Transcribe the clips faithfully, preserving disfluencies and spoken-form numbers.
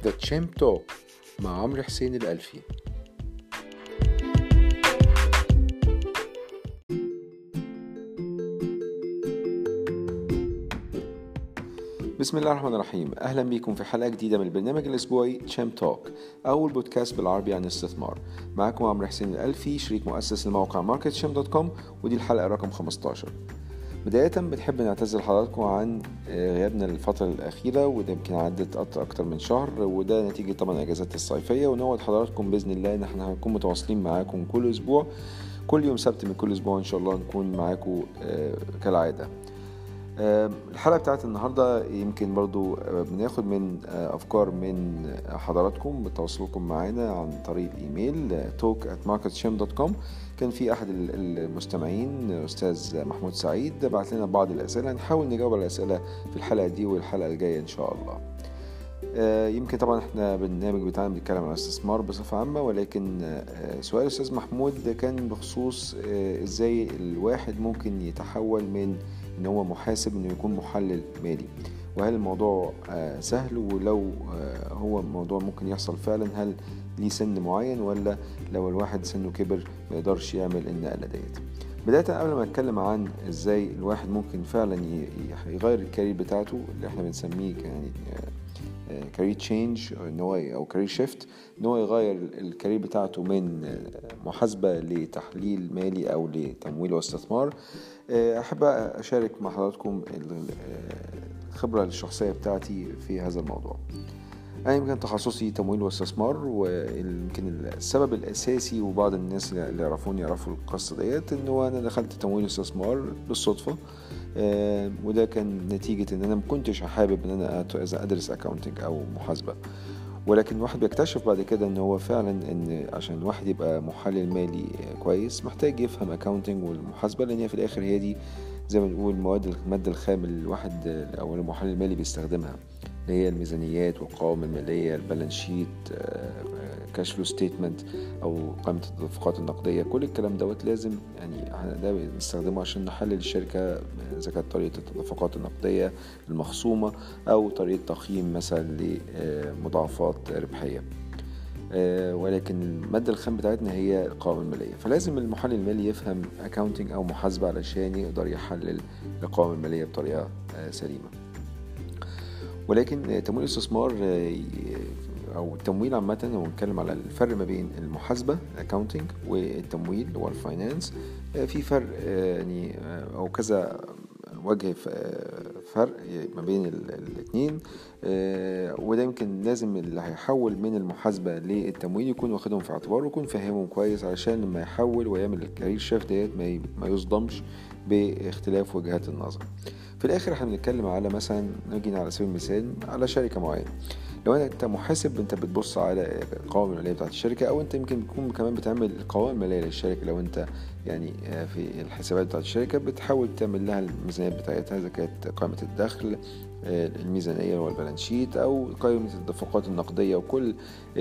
The Champ Talk مع عمرو حسين الألفي. بسم الله الرحمن الرحيم. أهلا بكم في حلقة جديدة من البرنامج الأسبوعي Champ Talk، أول بودكاست بالعربي عن الاستثمار. معكم عمرو حسين الألفي، شريك مؤسس لموقع ماركت شام دوت كوم، ودي الحلقة رقم خمستاشر. بداية بنحب نعتذر لحضراتكم عن غيابنا الفترة الأخيرة، وده يمكن عدت أكتر من شهر، وده نتيجة طبعا الأجازات الصيفية. ونوعد حضراتكم بإذن الله إن احنا هنكون متواصلين معاكم كل أسبوع، كل يوم سبت من كل أسبوع إن شاء الله نكون معاكم كالعادة. الحلقة بتاعت النهاردة يمكن برضو بناخد من أفكار من حضراتكم بتواصلكم معنا عن طريق إيميل talk at market sham dot com. كان في أحد المستمعين أستاذ محمود سعيد بعت لنا بعض الأسئلة، نحاول نجاوب على الأسئلة في الحلقة دي والحلقة الجاية إن شاء الله. يمكن طبعا احنا برنامج بتاعنا بنتكلم عن الاستثمار بصفة عامة، ولكن سؤال الأستاذ محمود كان بخصوص ازاي الواحد ممكن يتحول من ان هو محاسب انه يكون محلل مالي، وهل الموضوع سهل، ولو هو موضوع ممكن يحصل فعلا هل ليه سن معين، ولا لو الواحد سنه كبر ما يقدرش يعمل النقلة ديت. بداية قبل ما نتكلم عن ازاي الواحد ممكن فعلا يغير الكارير بتاعته اللي احنا بنسميه يعني كارير تشينج او كارير شيفت، ان هو يغير الكارير بتاعته من محاسبة لتحليل مالي او لتمويل واستثمار، احب اشارك مع حضراتكم الخبرة الشخصية بتاعتي في هذا الموضوع. أنا يمكن تخصصي تمويل واستثمار، ويمكن السبب الأساسي وبعض الناس اللي يعرفوني يعرفوا القصة ديت إنه أنا دخلت تمويل واستثمار بالصدفة، آه وده كان نتيجة إن أنا مكنتش حابب إن أنا أدرس أكاونتنج أو محاسبة، ولكن الواحد بيكتشف بعد كده إن هو فعلا إن عشان الواحد يبقى محلل مالي كويس محتاج يفهم أكاونتنج والمحاسبة، لأن هي في الآخر هي دي زي ما نقول مواد المادة الخام اللي الواحد أو المحلل المالي بيستخدمها، اللي هي الميزانيات والقوائم المالية، البالانس شيت، كاش فلو ستيتمنت أو قائمة التدفقات النقدية. كل الكلام دوت لازم يعني ده بنستخدمه عشان نحلل الشركة إذا كانت طريقة التدفقات النقدية المخصومة أو طريقة تقييم مثلا لمضاعفات ربحية، ولكن المادة الخام بتاعتنا هي القوائم المالية. فلازم المحلل المالي يفهم أكاونتنج أو محاسبة علشان يقدر يحلل القوائم المالية بطريقة سليمة. ولكن تمويل الاستثمار او التمويل عامه هو بنتكلم على الفرق ما بين المحاسبه الاكاونتنج والتمويل اللي هو الفاينانس. في فرق يعني او كذا وجه فرق ما بين الاثنين، وده يمكن لازم اللي هيحول من المحاسبه للتمويل يكون واخدهم في اعتباره ويكون فاهمهم كويس، علشان لما يحول ويعمل الكارير شيفت ديت ما يصدمش باختلاف وجهات النظر. في الاخر احنا بنتكلم على مثلا نجينا على سبيل المثال على شركه معينه. لو انت محاسب انت بتبص على القوائم الماليه بتاعت الشركه، او انت يمكن تكون كمان بتعمل القوائم الماليه للشركه. لو انت يعني في الحسابات بتاعت الشركه بتحاول تعمل لها الميزانيات بتاعتها، اذا كانت قائمه الدخل، الميزانيه اللي هو البالانس شيت، او قائمه التدفقات النقديه، وكل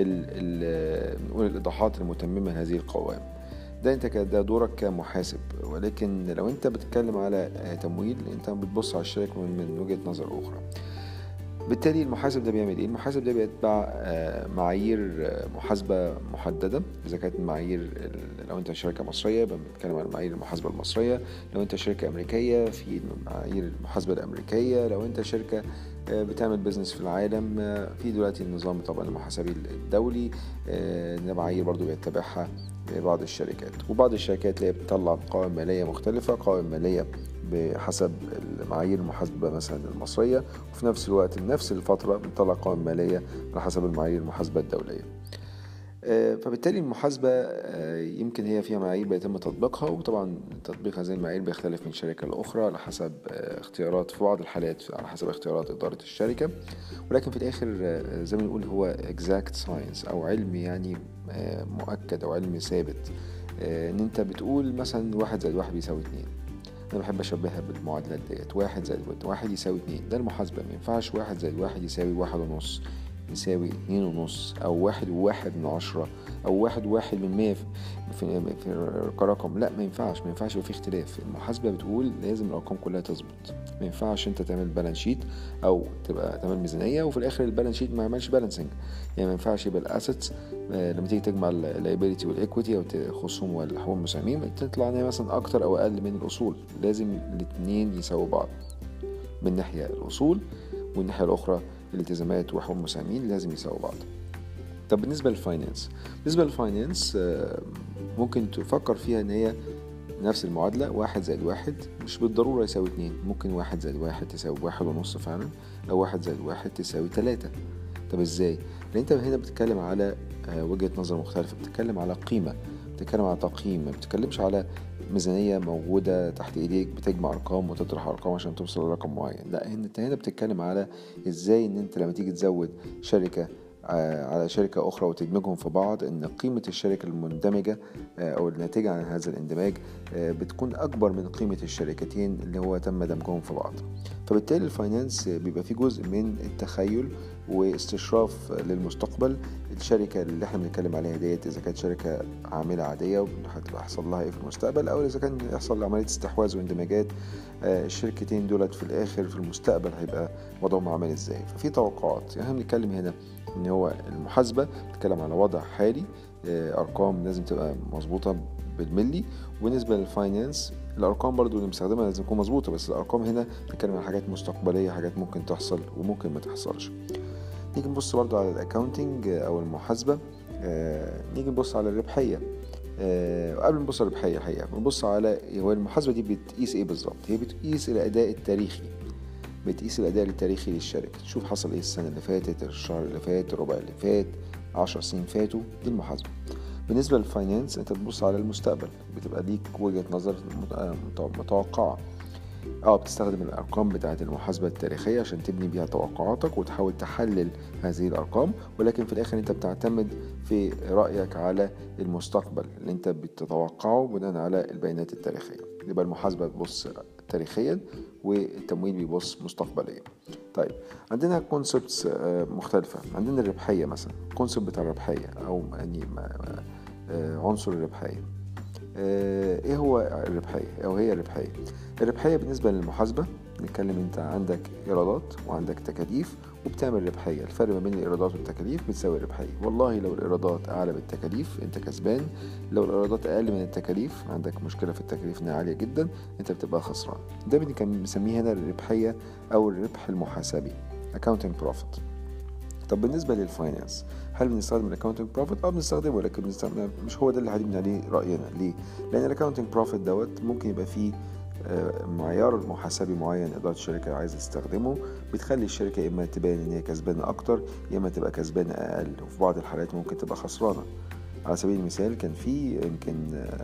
الايضاحات المتممه لهذه القوائم. ده انت ده دورك كمحاسب. ولكن لو انت بتتكلم على تمويل انت بتبص على الشركة من وجهة نظر اخرى. بالتالي المحاسب ده بيعمل ايه؟ المحاسب ده بيتبع معايير محاسبة محددة. اذا كانت المعايير لو انت شركة مصرية بنتكلم عن معايير المحاسبة المصرية، لو انت شركة امريكية في معايير المحاسبة الامريكية، لو انت شركة بتعمل بيزنس في العالم في دلوقتي النظام طبعا المحاسبي الدولي، معايير برضو بيتبعها بعض الشركات. وبعض الشركات اللي بتطلع قوائم مالية مختلفة، قوائم مالية بحسب المعايير المحاسبة مثلا المصرية، وفي نفس الوقت بنفس الفترة بنطلع قوائم مالية على حسب المعايير المحاسبة الدولية. فبالتالي المحاسبة يمكن هي فيها معايير بيتم تطبيقها، وطبعا تطبيق هذه المعايير بيختلف من شركة لأخرى على حسب اختيارات، في بعض الحالات على حسب اختيارات إدارة الشركة. ولكن في الآخر زي ما نقول هو exact science أو علم يعني مؤكد أو علم ثابت، إن أنت بتقول مثلا واحد زائد واحد بيساوي اتنين. أنا بحب أشبهها بالمعادلات ديت، واحد زائد واحد يساوي اتنين. ده المحاسبة، ما ينفعش واحد زائد واحد يساوي واحد ونص، يساوي اتنين ونص أو واحد وواحد من عشرة أو واحد وواحد من مية في, في, في كرقم، لا ما ينفعش ما ينفعش يبقى في اختلاف. المحاسبة بتقول لازم الأرقام كلها تظبط. ما ينفعش أنت تعمل بالانس شيت أو تبقى تعمل ميزانية وفي الآخر البالانس شيت ما يعملش بالانسنج. يعني ما ينفعش يبقى الأسيتس لما تيجي تجمع اللايبيليتي والإيكويتي أو الخصوم والحقوق المساهمين تطلع إن هي مثلا أكتر أو أقل من الأصول. لازم الاتنين يساووا بعض من ناحية الأصول، والناحية الأخرى الالتزامات وحقوق المساهمين لازم يساووا بعض. طب بالنسبة للفاينانس، بالنسبة للفاينانس ممكن تفكر فيها ان هي نفس المعادلة، واحد زائد واحد مش بالضرورة يساوي اتنين، ممكن واحد زائد واحد تساوي واحد ونص فعلا، او واحد زائد واحد تساوي تلاتة. طب ازاي؟ لان انت هنا بتتكلم على وجهة نظر مختلفة، بتتكلم على قيمة، بتتكلم على تقييم، ما بتتكلمش على ميزانية موجودة تحت ايديك بتجمع ارقام وتطرح ارقام عشان توصل لرقم معين. لا، انت هنا بتتكلم على ازاي ان انت لما تيجي تزود شركة على شركة أخرى وتدمجهم في بعض، إن قيمة الشركة المندمجة أو الناتجة عن هذا الاندماج بتكون أكبر من قيمة الشركتين اللي هو تم دمجهم في بعض. فبالتالي الفاينانس بيبقى فيه جزء من التخيل واستشراف للمستقبل. الشركة اللي احنا بنتكلم عليها ديت إذا كانت شركة عاملة عادية وهتبقى يحصل لها إيه في المستقبل، أو إذا كان يحصل عملية استحواذ واندماجات الشركتين دولت في الآخر في المستقبل هيبقى وضعهم عامل إزاي. ففي توقعات. يعني احنا بنتكلم هنا ان هو المحاسبة بتتكلم على وضع حالي، ارقام لازم تبقى مظبوطة بالملي. وبالنسبة للفاينانس الارقام برضو اللي مستخدمها لازم تكون مظبوطة، بس الارقام هنا بتتكلم على حاجات مستقبلية، حاجات ممكن تحصل وممكن ما تحصلش. نيجي نبص برضو على الاكاونتنج او المحاسبة. نيجي نبص على الربحية. قبل ما نبص على الربحية حقيقة بنبص على هو المحاسبة دي بتقيس ايه بالظبط. هي بتقيس الاداء التاريخي، بتقيس الأداء التاريخي للشركة، تشوف حصل ايه السنة اللي فاتت، الشهر اللي فات، الربع اللي فات، عشر سنين فاتوا. دي المحاسبة. بالنسبة للفاينانس انت تبص على المستقبل، بتبقى ليك وجهة نظر متوقعة. اه بتستخدم الأرقام بتاعة المحاسبة التاريخية عشان تبني بيها توقعاتك وتحاول تحلل هذه الأرقام، ولكن في الآخر انت بتعتمد في رأيك على المستقبل اللي انت بتتوقعه بناء على البيانات التاريخية. يبقى المحاسبة بتبص تاريخيا والتمويل بيبص مستقبليا. طيب عندنا كونسبتس مختلفة. عندنا الربحية مثلا، كونسبت بتاع الربحية او يعني عنصر الربحية. ايه هو الربحية او هي الربحية؟ الربحية بالنسبة للمحاسبة نتكلم انت عندك ايرادات وعندك تكاليف وبتعمل ربحية. الفرق ما بين الايرادات والتكاليف بتساوي الربحية. والله لو الايرادات اعلى من التكاليف انت كسبان، لو الايرادات اقل من التكاليف عندك مشكلة في التكاليف انها عالية جدا انت بتبقى خسران. ده بنسميه هنا الربحية او الربح المحاسبي accounting profit. طب بالنسبة للفاينانس هل بنستخدم الاكاونتنج بروفيت؟ اه بنستخدمه، ولكن بنستخدم مش هو ده اللي هنبني عليه رأينا. ليه؟ لأن الاكاونتنج بروفيت دوت ممكن يبقى فيه معيار محاسبي معين إدارة الشركة عايزة تستخدمه، بتخلي الشركة إما تبان إن هي كسبانة أكتر يا إما تبقى كسبانة أقل، وفي بعض الحالات ممكن تبقى خسرانة. على سبيل المثال كان في يمكن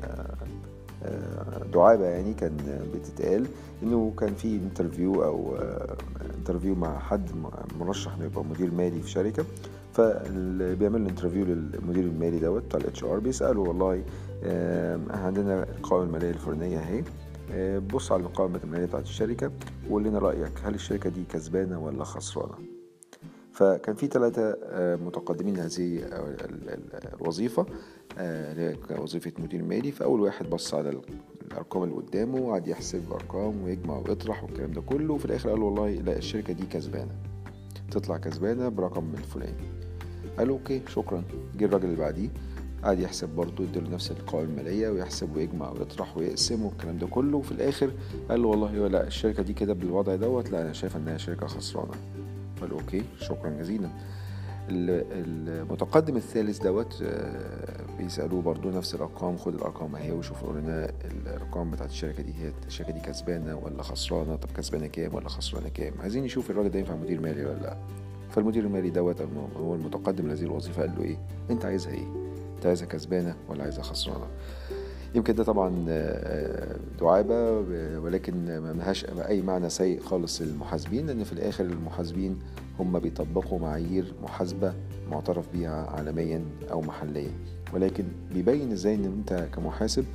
دعابة يعني كان بتتقال إنه كان في انترفيو أو انترفيو مع حد مرشح إنه يبقى مدير مالي في شركة، فاللي بيعمل الانترفيو للمدير المالي دوت بتاع الاتش ار بيسأله والله عندنا القائمة المالية الفلانية اهي، بص على القائمة المالية بتاعت الشركة وقول لنا رأيك هل الشركة دي كسبانة ولا خسرانة. فكان في ثلاثة متقدمين لهذه الوظيفة اللي هي وظيفة مدير مالي. فأول واحد بص على الأرقام اللي قدامه وقعد يحسب أرقام ويجمع ويطرح والكلام ده كله، وفي الآخر قال والله لا الشركة دي كسبانة، تطلع كسبانة برقم الفلاني. قال اوكي شكرا. جه الراجل اللي بعديه قعد يحسب برضه، يديله نفس القوائم المالية ويحسب ويجمع ويطرح ويقسم والكلام ده كله، وفي الآخر قال له والله لا الشركة دي كده بالوضع دوت لا أنا شايف إنها شركة خسرانة. قال اوكي شكرا جزيلا. المتقدم الثالث دوت بيسألوه برضو نفس الأرقام، خد الأرقام اهي وشوفوا لنا الأرقام بتاعت الشركة دي، هي الشركة دي كسبانة ولا خسرانة؟ طب كسبانة كام ولا خسرانة كام؟ عايزين نشوف الراجل ده ينفع مدير مالي ولا لا. فالمدير المالي دوت هو المتقدم لهذه الوظيفة قال له ايه انت عايزها ايه؟ انت عايزها كسبانة ولا عايزها خسرانة؟ يمكن ده طبعا دعابة ولكن ما لهاش أي معنى سيء خالص للمحاسبين، لأن في الآخر المحاسبين هم بيطبقوا معايير محاسبة معترف بيها عالميا أو محليا، ولكن بيبين ازاي ان انت كمحاسب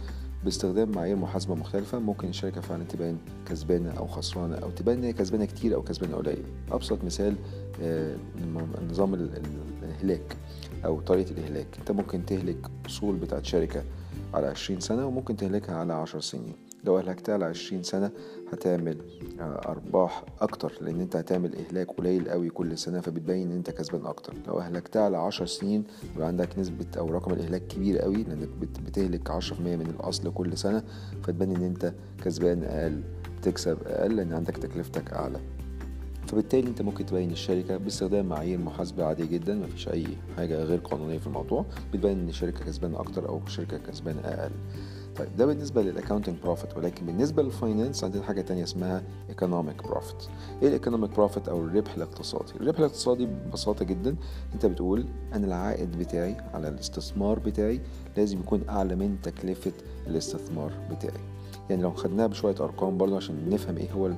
باستخدام معايير محاسبة مختلفة ممكن الشركة فعلا تبان كسبانة أو خسرانة، أو تبان إن هي كسبانة كتير أو كسبانة قليل. أبسط مثال آه، نظام ال- ال- الإهلاك أو طريقة الإهلاك. أنت ممكن تهلك أصول بتاعت شركة على عشرين سنة، وممكن تهلكها على عشر سنين. لو أهلكتها على عشرين سنة هتعمل آه، أرباح أكتر، لأن أنت هتعمل إهلاك قليل قوي كل سنة، فبتبين إن أنت كسبان أكتر. لو أهلكتها على عشر سنين يبقى عندك نسبة أو رقم الإهلاك كبير قوي، لأنك بت- بتهلك عشرة في المية من الأصل كل سنة، فتبان إن أنت كسبان أقل، بتكسب أقل لأن عندك تكلفتك أعلى. فبالتالي انت ممكن تبين الشركة باستخدام معايير محاسبة عادية جدا، مفيش اي حاجة غير قانونية في الموضوع، بتبين ان الشركة كسبانة اكتر او الشركة كسبانة اقل. طيب ده بالنسبة للاكاونتنج بروفيت، ولكن بالنسبة للفاينانس عندنا حاجة تانية اسمها ايكونوميك بروفيت. ايه الايكونوميك بروفيت او الربح الاقتصادي؟ الربح الاقتصادي ببساطة جدا انت بتقول انا العائد بتاعي على الاستثمار بتاعي لازم يكون اعلى من تكلفة الاستثمار بتاعي. يعني لو خدناها بشوية ارقام برضه عشان نفهم ايه هو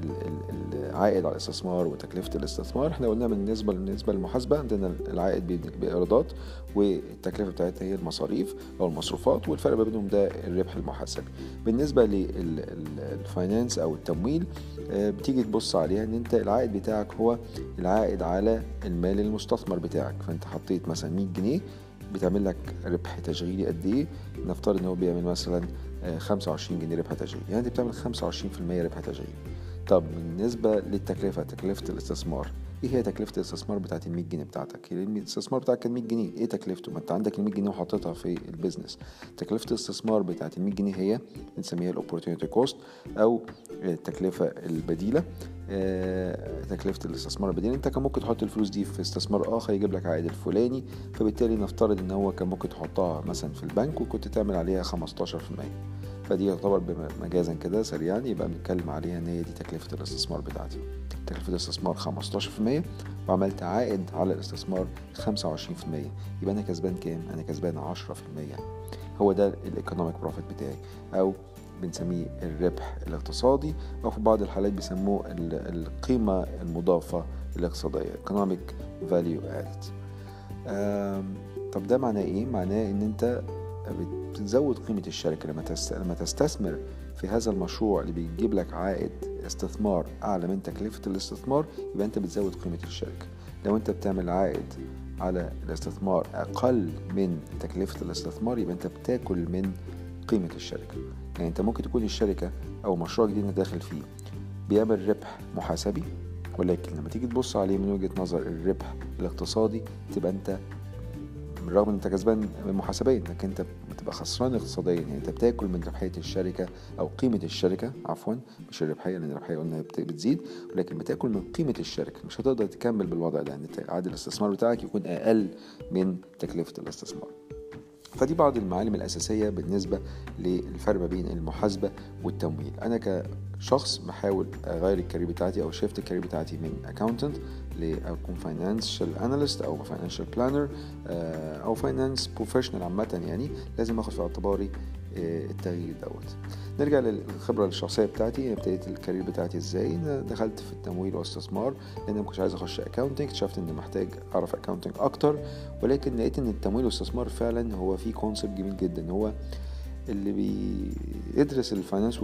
العائد على الاستثمار وتكلفة الاستثمار. احنا قلنا بالنسبة بالنسبة للمحاسبة عندنا العائد بإيرادات، والتكلفة بتاعتها هي المصاريف أو المصروفات، والفرق ما بينهم ده الربح المحاسبي. بالنسبة للفاينانس أو التمويل بتيجي تبص عليها ان انت العائد بتاعك هو العائد على المال المستثمر بتاعك. فانت حطيت مثلا مية جنيه بتعمل لك ربح تشغيلي قد ايه؟ نفترض ان هو بيعمل مثلا خمسة وعشرين جنيه ربح تشغيلي، يعني انت بتعمل خمسة وعشرين في المية ربح تشغيلي. طب بالنسبة للتكلفة، تكلفة الاستثمار، ايه هي تكلفة الاستثمار بتاعت ال مية جنيه بتاعتك؟ الاستثمار بتاعك كان مية جنيه، ايه تكلفته؟ ما انت عندك ال مية جنيه وحطيتها في البيزنس. تكلفة الاستثمار بتاعت ال مية جنيه هي بنسميها الاوبورتيونيتي كوست او التكلفة البديلة. اه تكلفة الاستثمار البديل، انت كان ممكن تحط الفلوس دي في استثمار اخر يجيب لك عائد الفلاني، فبالتالي نفترض ان هو كان ممكن تحطها مثلا في البنك وكنت تعمل عليها خمستاشر في المية، فدي يعتبر مجازا كده سريعا يبقى بنتكلم عليها ان هي دي تكلفة الاستثمار بتاعتي. تكلفة الاستثمار خمستاشر في المية وعملت عائد على الاستثمار خمسة وعشرين في المية، يبقى انا كسبان كام؟ انا كسبان عشرة في المية. هو ده الايكونوميك بروفيت بتاعي، او بنسميه الربح الاقتصادي، او في بعض الحالات بيسموه القيمة المضافة الاقتصادية economic value added. طب ده معناه ايه؟ معناه ان انت بتزود قيمة الشركة لما لما تستثمر في هذا المشروع اللي بيجيب لك عائد استثمار أعلى من تكلفة الاستثمار، يبقى أنت بتزود قيمة الشركة. لو أنت بتعمل عائد على الاستثمار أقل من تكلفة الاستثمار يبقى أنت بتاكل من قيمة الشركة. يعني أنت ممكن تكون الشركة أو مشروع جديد داخل فيه بيعمل ربح محاسبي، ولكن لما تيجي تبص عليه من وجهة نظر الربح الاقتصادي تبقى أنت بالرغم ان انت كسبان محاسبيا لكن انت بتبقى خسران اقتصاديا. يعني انت بتاكل من ربحيه الشركه او قيمه الشركه، عفوا مش الربحيه لان الربحيه قلنا بتزيد، ولكن بتاكل من قيمه الشركه. مش هتقدر تكمل بالوضع ده، يعني عائد الاستثمار بتاعك يكون اقل من تكلفه الاستثمار. فدي بعض المعالم الأساسية بالنسبة للفرق بين المحاسبة والتمويل. أنا كشخص بحاول أغير الكارير بتاعتي أو شيفت الكارير بتاعتي من أكاونتنت لأكون فاينانشال أناليست أو فاينانشال بلانر أو فاينانس بروفيشنال عامة، يعني لازم أخذ في اعتباري التغيير دوت. نرجع للخبرة الشخصية بتاعتي. ابتديت الكارير بتاعتي ازاي؟ دخلت في التمويل والاستثمار لان ما كنتش عايز اخش اكاونتنج، اكتشفت اني محتاج اعرف اكاونتنج اكتر، ولكن لقيت ان التمويل والاستثمار فعلا هو فيه كونسبت جميل جدا. هو اللي بيدرس الفاينانس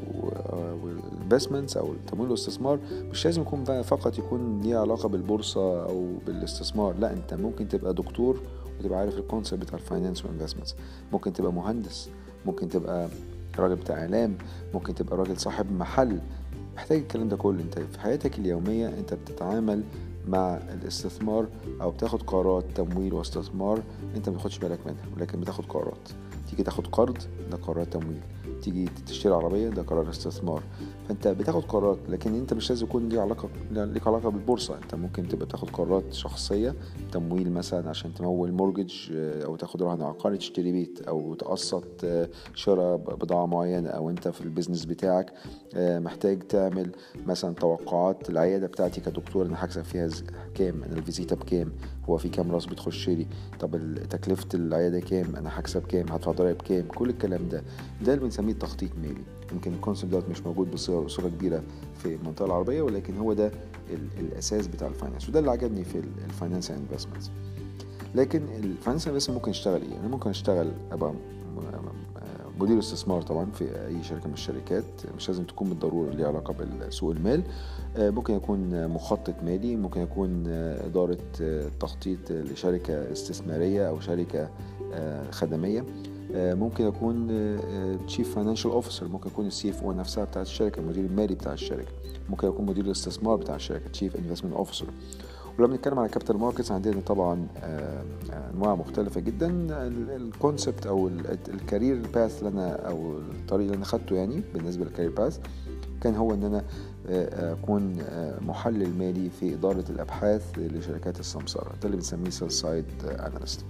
والانفستمنتس او التمويل والاستثمار مش لازم يكون بقى فقط يكون ليه علاقة بالبورصة او بالاستثمار، لا انت ممكن تبقى دكتور وتبقى عارف الكونسبت بتاع الفاينانس والانفستمنتس، ممكن تبقى مهندس، ممكن تبقى راجل بتاع اعلام، ممكن تبقى راجل صاحب محل. محتاج الكلام ده كله. انت في حياتك اليومية انت بتتعامل مع الاستثمار او بتاخد قرارات تمويل واستثمار انت ما بتاخدش بالك منها، ولكن بتاخد قرارات. تيجي تاخد قرض ده قرار تمويل، تيجي تشتري عربية ده قرار استثمار. فانت بتاخد قرارات، لكن انت مش لازم يكون ليه علاقة ليك علاقة بالبورصة. انت ممكن تبقى تاخد قرارات شخصية، تمويل مثلا عشان تمول مورجج او تاخد رهن عقاري تشتري بيت او تقسط شراء بضاعة معينة، او انت في البيزنس بتاعك محتاج تعمل مثلا توقعات العيادة بتاعتي كدكتور انا هكسب فيها كام، انا الفيزيتا بكام، هو في كام راس بتخش لي، طب تكلفة العيادة كام، انا هكسب كام، هدفع ضرايب كام. كل الكلام ده ده اللي بنسميه تخطيط مالي. يمكن الكونسبت دوت مش موجود بصورة كبيرة في المنطقة العربية، ولكن هو ده الأساس بتاع الفاينانس، وده اللي عجبني في الفاينانس اند انفستمنتس. لكن الفاينانس انفستمنت ممكن يشتغل ايه؟ انا ممكن اشتغل ابقى مدير استثمار طبعا في اي شركه من الشركات، مش لازم تكون بالضروره ليها علاقه بسوق المال. ممكن يكون مخطط مالي، ممكن يكون اداره تخطيط لشركه استثماريه او شركه خدميه، ممكن يكون تشيف فاينانشال اوفيسر، ممكن يكون السي اف او نفسها بتاعت الشركه، المدير المالي بتاع الشركه، ممكن يكون مدير الاستثمار بتاع الشركه، تشيف انفستمنت اوفيسر. ولما بنتكلم على كابيتال ماركتس عندنا طبعا انواع مختلفه جدا. الكونسبت او الكارير باث اللي انا او الطريق اللي انا خدته يعني بالنسبه للكارير باث كان هو ان انا اكون محلل مالي في اداره الابحاث لشركات السمسره، ده اللي بنسميه سيل سايد اناليست.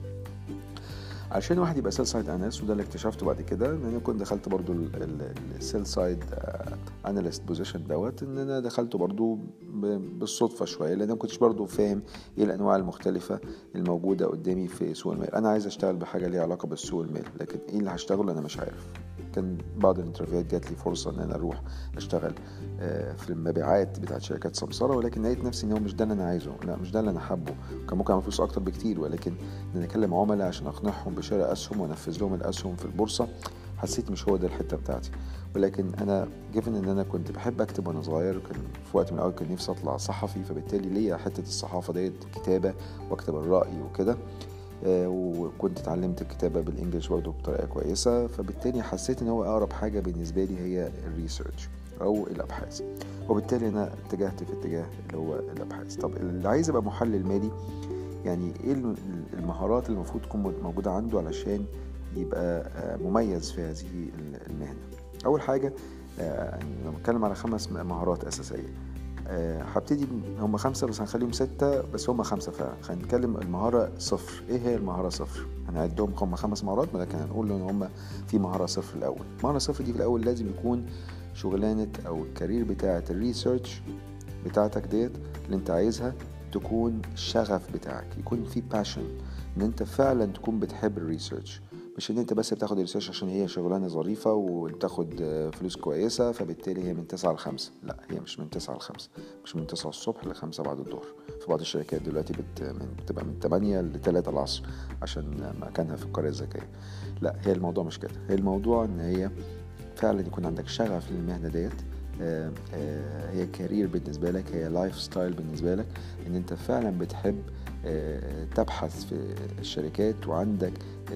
عشان واحد يبقى سيل سايد اناليست، وده اللي اكتشفته بعد كده ان انا كنت دخلت برضو السيل سايد اناليست بوزيشن دوت، ان انا دخلته برضو بالصدفه شويه، لان انا ما كنتش برضو فاهم ايه الانواع المختلفه الموجوده قدامي في سوق المال. انا عايز اشتغل بحاجه ليها علاقه بالسوق المال، لكن ايه اللي هشتغله انا مش عارف. كان بعض الانترفيوهات جات لي فرصه ان انا اروح اشتغل في المبيعات بتاعت شركات سمساره، ولكن لقيت نفسي ان هو مش ده اللي انا عايزه، لا مش ده اللي انا حابه. كان ممكن اعمل فلوس اكتر بكتير، ولكن ان انا اكلم عملاء عشان اقنعهم بشراء اسهم وانفذ لهم الاسهم في البورصه، حسيت مش هو ده الحته بتاعتي. ولكن انا جيفن ان انا كنت بحب اكتب وانا صغير، كان في وقت من الاول كان نفسي اطلع صحفي، فبالتالي ليا حته الصحافه ديت، كتابه واكتب الراي وكده. آه وكنت اتعلمت الكتابة بالإنجليش برضه بطريقة كويسة، فبالتالي حسيت ان هو اقرب حاجة بالنسبة لي هي الريسيرش او الابحاث، وبالتالي انا اتجهت في اتجاه اللي هو الابحاث. طب اللي عايز يبقى محلل مالي، يعني ايه المهارات اللي المفروض تكون موجودة عنده علشان يبقى مميز في هذه المهنة؟ اول حاجة لما بتكلم على خمس مهارات اساسية، هبتدي هم خمسة بس هنخليهم ستة، بس هم خمسة فعلا. خلينا نتكلم المهارة صفر. ايه هي المهارة صفر؟ هنعدهم هم خمس مهارات، ولكن هنقول ان هم في مهارة صفر الاول. المهارة صفر دي في الاول لازم يكون شغلانة او الكارير بتاعة الريسيرش بتاعتك ديت اللي انت عايزها تكون الشغف بتاعك، يكون في باشن، ان انت فعلا تكون بتحب الريسيرش، مش ان انت بس بتاخد ريسيرش عشان هي شغلانه ظريفه وبتاخد فلوس كويسه فبالتالي هي من تسعة لخمسة. لا، هي مش من تسعة لخمسة، مش من تسعة الصبح لخمسة بعد الظهر. في بعض الشركات دلوقتي بت... بتبقى من تمانية لتلاتة العصر عشان مكانها في القرية الذكية. لا، هي الموضوع مش كده. هي الموضوع ان هي فعلا يكون عندك شغف للمهنه ديت، آه آه هي كارير بالنسبه لك، هي لايف ستايل بالنسبه لك، ان انت فعلا بتحب آه تبحث في الشركات، وعندك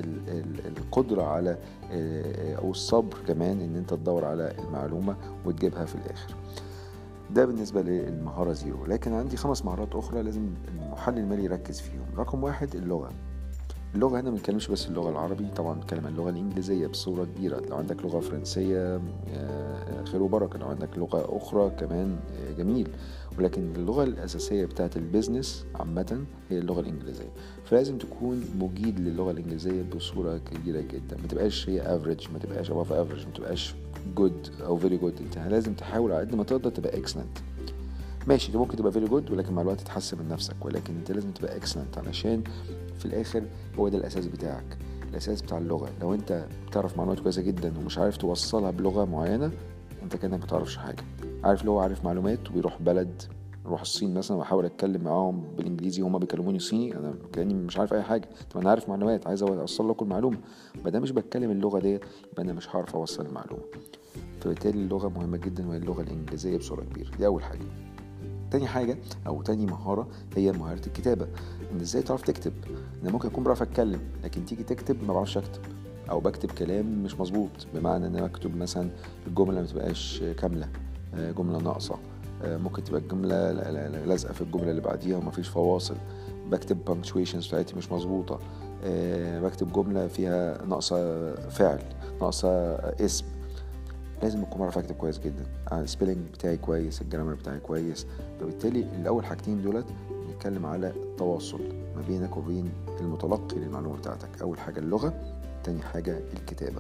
القدرة على أو الصبر كمان إن أنت تدور على المعلومة وتجيبها في الآخر. ده بالنسبة للمهارة زيرو. لكن عندي خمس مهارات أخرى لازم المحلل المالي يركز فيهم. رقم واحد اللغة. اللغة هنا ما بنتكلمش بس اللغة العربي، طبعا بنتكلم عن اللغة الإنجليزية بصورة كبيرة. لو عندك لغة فرنسية خير وبركة، لو عندك لغة أخرى كمان جميل، ولكن اللغة الأساسية بتاعت البيزنس عامة هي اللغة الإنجليزية. فلازم تكون مجيد للغة الإنجليزية بصورة كبيرة جدا، ما تبقاش هي افريج، ما تبقاش above average، ما تبقاش good أو very good. انت لازم تحاول على قد ما تقدر تبقى excellent. ماشي، انت ممكن تبقى very good ولكن مع الوقت تحسن من نفسك، ولكن انت لازم تبقى excellent علشان في الآخر هو ده الأساس بتاعك، الأساس بتاع اللغة. لو انت بتعرف معلومات كويسة جدا ومش عارف توصلها بلغة معينة، انت كأنك بتعرفش حاجة. عارف لو عارف معلومات وبيروح بلد، روح الصين مثلا واحاول اتكلم معاهم بالانجليزي وهما بيكلموني صيني، انا كاني مش عارف اي حاجه. طب انا عارف معلومات، عايز اوصل لكم المعلومه، ما دام مش بتكلم اللغه ديت يبقى انا مش هعرف اوصل المعلومه. فبالتالي اللغه مهمه جدا، وهي اللغه الانجليزيه بصوره كبيره. دي اول حاجه. تاني حاجه او تاني مهاره هي مهاره الكتابه. ان ازاي تعرف تكتب. انا ممكن اكون بعرف اتكلم لكن تيجي تكتب ما بعرفش اكتب، او بكتب كلام مش مظبوط، بمعنى ان انا بكتب مثلا الجمله ما تبقاش كامله، جمله ناقصه، ممكن تبقى الجملة لازقة في الجملة اللي بعديها ومفيش فواصل، بكتب punctuations بتاعتي مش مظبوطة، أه بكتب جملة فيها ناقصة فعل، ناقصة اسم. لازم أكون بعرف أكتب كويس جدا، السبيلنج بتاعي كويس، الجرامر بتاعي كويس. فبالتالي الأول حاجتين دولت نتكلم على التواصل ما بينك وبين المتلقي للمعلومة بتاعتك. أول حاجة اللغة، تاني حاجة الكتابة.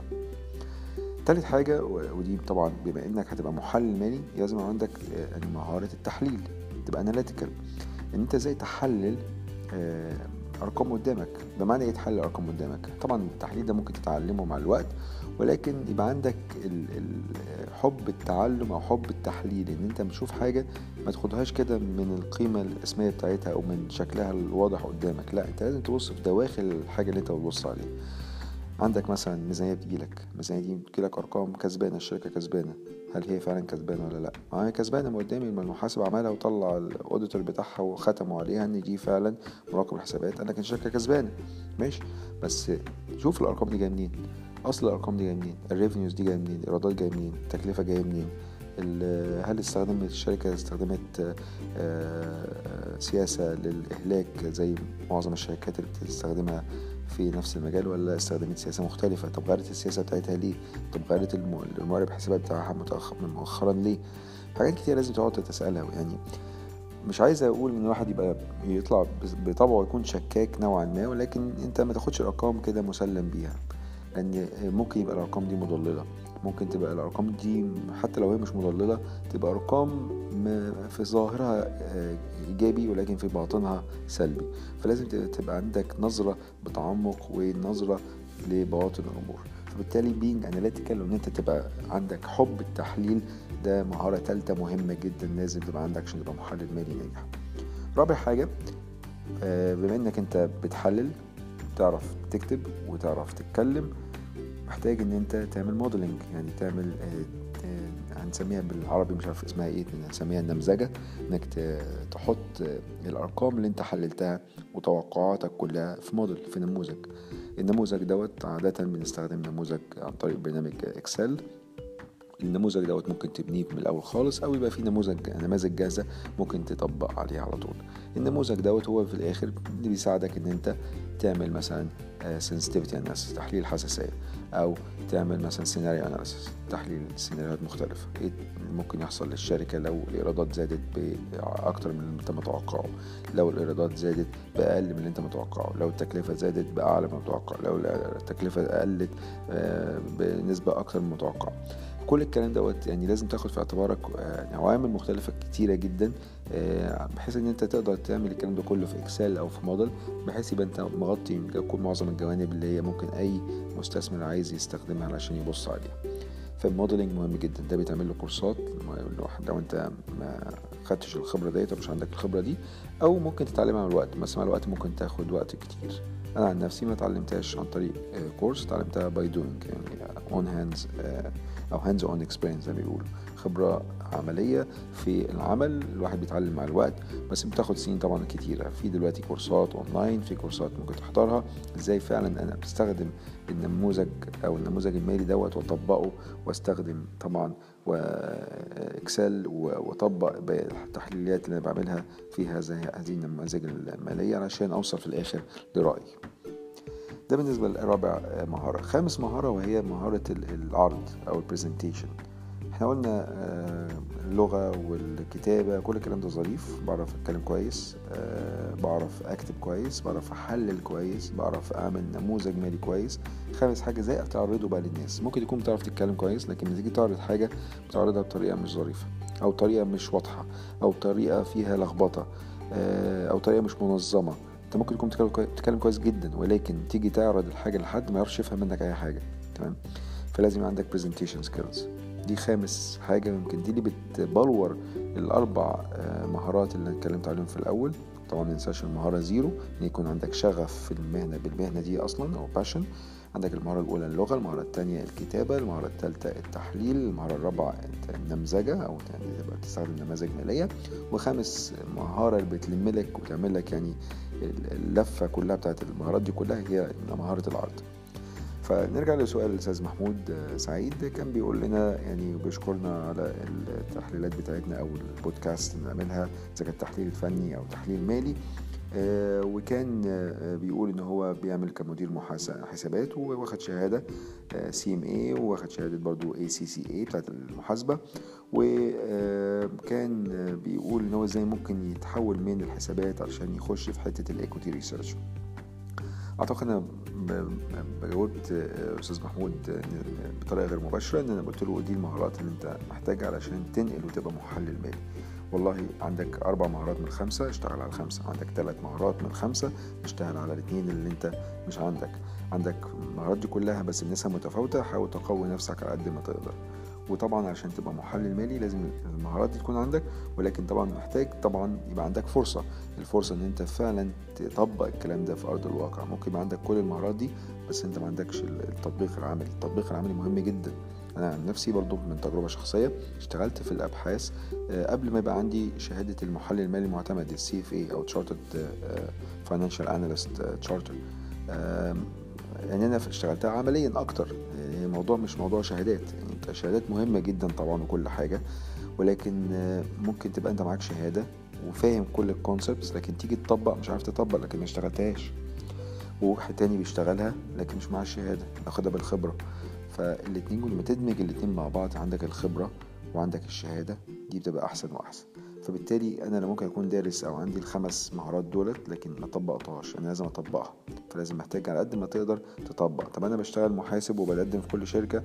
ثالث حاجة، ودي طبعا بما انك هتبقى محلل مالي لازم عندك يعني مهارة التحليل، تبقى اناليتيكال، ان انت ازاي تحلل ارقام قدامك. بمعنى ايه تحلل ارقام قدامك؟ طبعا التحليل ده ممكن تتعلمه مع الوقت، ولكن يبقى عندك حب التعلم او حب التحليل، ان انت بتشوف حاجة ما تاخدهاش كده من القيمة الاسمية بتاعتها او من شكلها الواضح قدامك، لا انت لازم تبص في دواخل الحاجة اللي انت بتبص عليها. عندك مثلا ميزانية بتجيلك، الميزانية دي بتجيلك أرقام كسبانة، الشركة كسبانة، هل هي فعلا كسبانة ولا لأ؟ ما هي كسبانة، ما قدامي، ما المحاسب عملها وطلع الأوديتور بتاعها وختموا عليها إن دي فعلا مراقب الحسابات قال لك إن الشركة كسبانة، ماشي. بس شوف الأرقام دي جاية منين، أصل الأرقام دي جاية منين، الريفينيوز دي جاية منين، الإيرادات جاية منين، التكلفة جاية منين، هل استخدمت الشركة استخدمت آه، سياسة للإهلاك زي معظم الشركات اللي بتستخدمها في نفس المجال، ولا استخدمت سياسة مختلفة؟ طب غيرت السياسة بتاعتها ليه؟ طب غيرت الموارد الحسابات بتاعها مؤخرا ليه؟ حاجات كتير لازم تقعد تسألها. يعني مش عايز اقول ان الواحد يبقى يطلع بطبعه يكون شكاك نوعا ما، ولكن انت ما تاخدش الارقام كده مسلم بيها، لان ممكن يبقى الارقام دي مضللة، ممكن تبقى الارقام دي حتى لو هي مش مضللة تبقى ارقام في ظاهرها ايجابي ولكن في باطنها سلبي. فلازم تبقى عندك نظرة بتعمق ونظرة لبواطن الامور. فبالتالي being analytical وان انت تبقى عندك حب التحليل ده مهارة ثالثة مهمة جدا لازم تبقى عندك عشان تبقى محلل مالي ناجح. رابع حاجة، بما انك انت بتحلل تعرف تكتب وتعرف تتكلم، محتاج ان انت تعمل موديلنج، يعني تعمل هنسميها بالعربي مش عارف اسمها ايه، هنسميها النمذجة، انك تحط الارقام اللي انت حللتها وتوقعاتك كلها في موديل، في نموذج. النموذج دوت عادة بنستخدم نموذج عن طريق برنامج اكسل. النموذج دوت ممكن تبنيه من الاول خالص، او يبقى في نموذج نماذج جاهزه ممكن تطبق عليها على طول. النموذج دوت هو في الاخر اللي بيساعدك ان انت تعمل مثلا sensitivity analysis تحليل حساسيه، او تعمل مثلا سيناريو اناليسيس تحليل سيناريوهات مختلفه، ايه ممكن يحصل للشركه لو الايرادات زادت باكتر من اللي انت متوقعه، لو الايرادات زادت باقل من اللي انت متوقعه، لو التكلفه زادت باعلى من المتوقع، لو التكلفه قلت بنسبه اكتر من المتوقع. كل الكلام دوت يعني لازم تاخد في اعتبارك عوامل مختلفة كتيرة جدا، بحيث ان انت تقدر تعمل الكلام ده كله في اكسل او في موديل، بحيث يبقى انت مغطي كل معظم الجوانب اللي هي ممكن اي مستثمر عايز يستخدمها علشان يبص عليها. فالموديلنج مهم جدا، ده بيتعمل له كورسات لو انت ما خدتش الخبرة ديت او مش عندك الخبرة دي، او ممكن تتعلمها مع الوقت، بس مع الوقت ممكن تاخد وقت كتير. انا عن نفسي ما تعلمتهاش عن طريق كورس، تعلمتها باي دوينج، يعني اون هاندز او هاندز اون اكسبيرينس زي ما بيقولوا، خبرة عملية في العمل. الواحد بيتعلم مع الوقت، بس بتاخد سنين طبعا كتيرة. في دلوقتي كورسات اونلاين، في كورسات ممكن تحضرها ازاي فعلا انا بستخدم النموذج او النموذج المالي دوت واطبقه، واستخدم طبعا واكسل واطبق التحليلات اللي انا بعملها في هذه هذه النماذج المالية علشان اوصل في الاخر لرأي. ده بالنسبة للرابع مهارة. خامس مهارة وهي مهارة العرض أو البرزنتيشن. احنا قلنا اللغة والكتابة كل الكلام ده ظريف، بعرف أتكلم كويس، بعرف أكتب كويس، بعرف أحلل كويس، بعرف أعمل نموذج مالي كويس. خامس حاجة زي أتعرضه بقى للناس. ممكن يكون بتعرف تتكلم كويس، لكن لما تيجي تعرض حاجة بتعرضها بطريقة مش ظريفة، أو طريقة مش واضحة، أو طريقة فيها لخبطة، أو طريقة مش منظمة. انت ممكن تكون بتتكلم كويس جدا، ولكن تيجي تعرض الحاجه لحد ما يعرفش يفهم منك اي حاجه، تمام؟ فلازم يبقى عندك presentation skills. دي خامس حاجه يمكن دي اللي بتبلور الاربع مهارات اللي اتكلمت عليهم في الاول. طبعا ما ننساش المهاره زيرو، ان يكون عندك شغف في المهنه بالمهنه دي اصلا او passion. عندك المهاره الاولى اللغه، المهاره الثانيه الكتابه، المهاره الثالثه التحليل، المهاره الرابعه النمذجه او تبقى تستخدم نماذج ماليه، وخامس مهاره اللي بتلم لك وتعمل لك يعني اللفه كلها بتاعت المهارات دي كلها هي مهاره العرض. فنرجع لسؤال الأستاذ محمود سعيد، كان بيقول لنا يعني بيشكرنا على التحليلات بتاعتنا أو البودكاست اللي نعملها، إذا كان تحليل فني أو تحليل مالي. آه وكان آه بيقول إن هو بيعمل كمدير حسابات، وواخد شهادة آه سي ام اي، وواخد شهادة برضو اي سي سي اي بتاعت المحاسبة. وكان آه بيقول إن هو ازاي ممكن يتحول من الحسابات علشان يخش في حتة الايكوتي ريسيرش. اعتقد انا جاوبت استاذ محمود بطريقه غير مباشره، ان انا قلت له دي المهارات اللي انت محتاجها علشان تنقل وتبقى محلل مالي. والله عندك اربع مهارات من خمسه، اشتغل على الخمسه. عندك ثلاث مهارات من خمسه، اشتغل على الاثنين اللي انت مش عندك. عندك المهارات دي كلها بس بنسبه متفاوته، حاول تقوي نفسك على قد ما تقدر. وطبعا عشان تبقى محلل مالي لازم المهارات دي تكون عندك، ولكن طبعا محتاج طبعا يبقى عندك فرصة الفرصة ان انت فعلا تطبق الكلام ده في ارض الواقع. ممكن يبقى عندك كل المهارات دي بس انت ما عندكش التطبيق العملي. التطبيق العملي مهم جدا. انا عن نفسي برضو من تجربة شخصية اشتغلت في الابحاث قبل ما يبقى عندي شهادة المحلل المالي المعتمد السي اف اي او Chartered Financial Analyst Charter. يعني انا اشتغلتها عمليا اكتر. يعني الموضوع مش موضوع شهادات، يعني انت شهادات مهمة جدا طبعا وكل حاجة، ولكن ممكن تبقى انت معاك شهادة وفاهم كل الكونسبتس لكن تيجي تطبق مش عارف تطبق لكن ما اشتغلتهاش، وواحد تاني بيشتغلها لكن مش معاه الشهادة ناخدها بالخبرة. فالاتنين لما تدمج الاتنين مع بعض عندك الخبرة وعندك الشهادة دي بتبقى احسن واحسن. فبالتالي انا لو ممكن اكون دارس او عندي الخمس مهارات دولت لكن ما طبقتهاش، انا لازم اطبقها. فلازم محتاج على قد ما تقدر تطبق. طب انا بشتغل محاسب وبقدم في كل شركة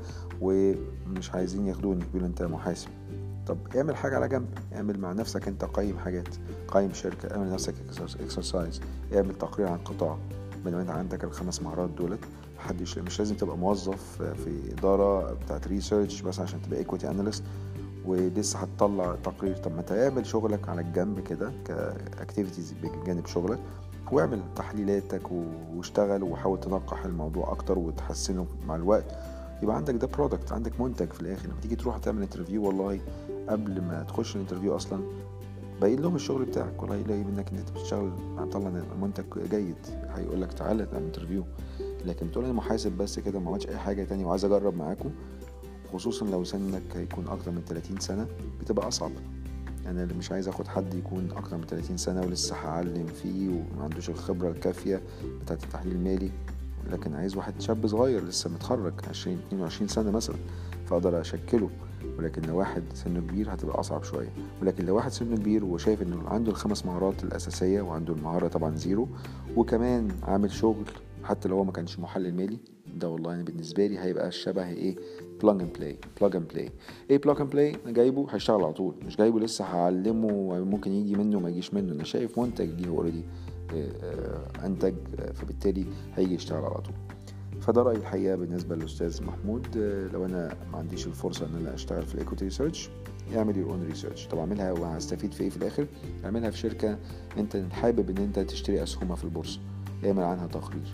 ومش عايزين ياخدوني، بيقولوا انت محاسب. طب اعمل حاجة على جنب، اعمل مع نفسك انت، قيم حاجات، قيم شركة، اعمل نفسك اكسرسايز، اعمل تقرير عن قطاع. بدل انت عندك الخمس مهارات دولت محدش، مش لازم تبقى موظف في إدارة بتاعت ريسيرش بس عشان تبقى ايكويتي اناليست ولسه هتطلع تقرير. طب ما تعمل شغلك على الجنب كده كاكتيفيتيز بجانب شغلك، واعمل تحليلاتك واشتغل وحاول تنقح الموضوع اكتر وتحسنه مع الوقت. يبقى عندك ده برودكت، عندك منتج في الاخر. لما تيجي تروح تعمل انترفيو والله قبل ما تخش الانترفيو اصلا باين لهم الشغل بتاعك، والله يلاقي منك ان انت بتشتغل هتطلع منتج جيد، هيقول لك تعالى تعمل انترفيو. لكن بتقول انا محاسب بس كده ما عملتش اي حاجه تاني وعايز اجرب معاكم، خصوصا لو سنك هيكون اكتر من ثلاثين سنه بتبقى اصعب. انا اللي مش عايز اخد حد يكون اكتر من ثلاثين سنه ولسه هعلم فيه وما عندوش الخبره الكافيه بتاعه التحليل المالي، لكن عايز واحد شاب صغير لسه متخرج عشرين اتنين وعشرين سنه مثلا فاقدر اشكله. ولكن لو واحد سنه كبير هتبقى اصعب شويه. ولكن لو واحد سنه كبير وشايف انه عنده الخمس مهارات الاساسيه وعنده المهاره طبعا زيرو وكمان عامل شغل حتى لو هو ما كانش محلل مالي، ده والله انا بالنسبه لي هيبقى الشبه ايه بلاج اند بلاي. بلاج اند بلاي ايه بلاج اند بلاي انا جايبه هيشتغل على طول، مش جايبه لسه هعلمه ممكن يجي منه وما يجيش منه. انا شايف منتج ليه اوريدي انتج، فبالتالي هيجي يشتغل على طول. فده رأيي الحقيقة بالنسبة للأستاذ محمود. لو أنا ما عنديش الفرصة أن أنا أشتغل في الإيكويتي ريسيرش، اعمل يور اون ريسيرش. طب اعملها وهستفيد في إيه في الآخر؟ اعملها في شركة أنت حابب أن أنت تشتري أسهمها في البورصة، اعمل عنها تقرير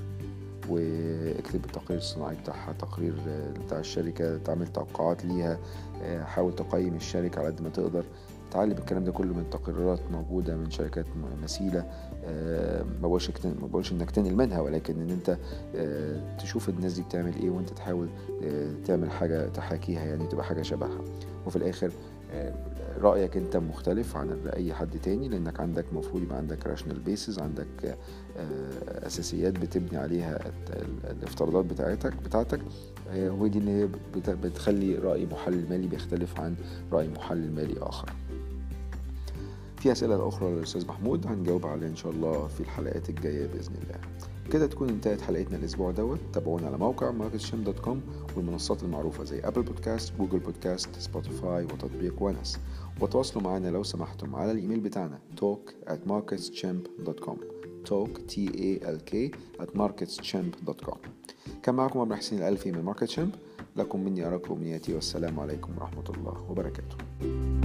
واكتب التقرير الصناعي بتاعها، تقرير بتاع الشركة، تعمل توقعات ليها، حاول تقيم الشركة على قد ما تقدر. تعلم الكلام ده كله من تقريرات موجودة من شركات مثيلة. ما بقولش ما بقولش انك تنقل منها، ولكن ان انت تشوف الناس دي بتعمل ايه وانت تحاول تعمل حاجة تحاكيها، يعني تبقى حاجة شبهها. وفي الاخر رأيك انت مختلف عن اي حد تاني، لانك عندك مفروض يبقى عندك راشنال بيسز، عندك اساسيات بتبني عليها الافتراضات بتاعتك بتاعتك ودي اللي بتخلي رأي محلل مالي بيختلف عن رأي محلل مالي اخر. في أسئلة أخرى للأستاذ محمود هنجاوب عليها إن شاء الله في الحلقات الجاية بإذن الله. كده تكون انتهت حلقتنا الأسبوع دوت. تابعونا على موقع ماركت شيم دوت كوم والمنصات المعروفة زي أبل بودكاست، جوجل بودكاست، سبوتيفاي وتطبيق ونس. وتواصلوا معنا لو سمحتم على الإيميل بتاعنا talk at marketschimp dot com talk t a l k at marketschimp dot com. كان معكم عمرو حسين الألفي من ماركت شيمب. لكم مني أراكم أمنياتي والسلام عليكم ورحمة الله وبركاته.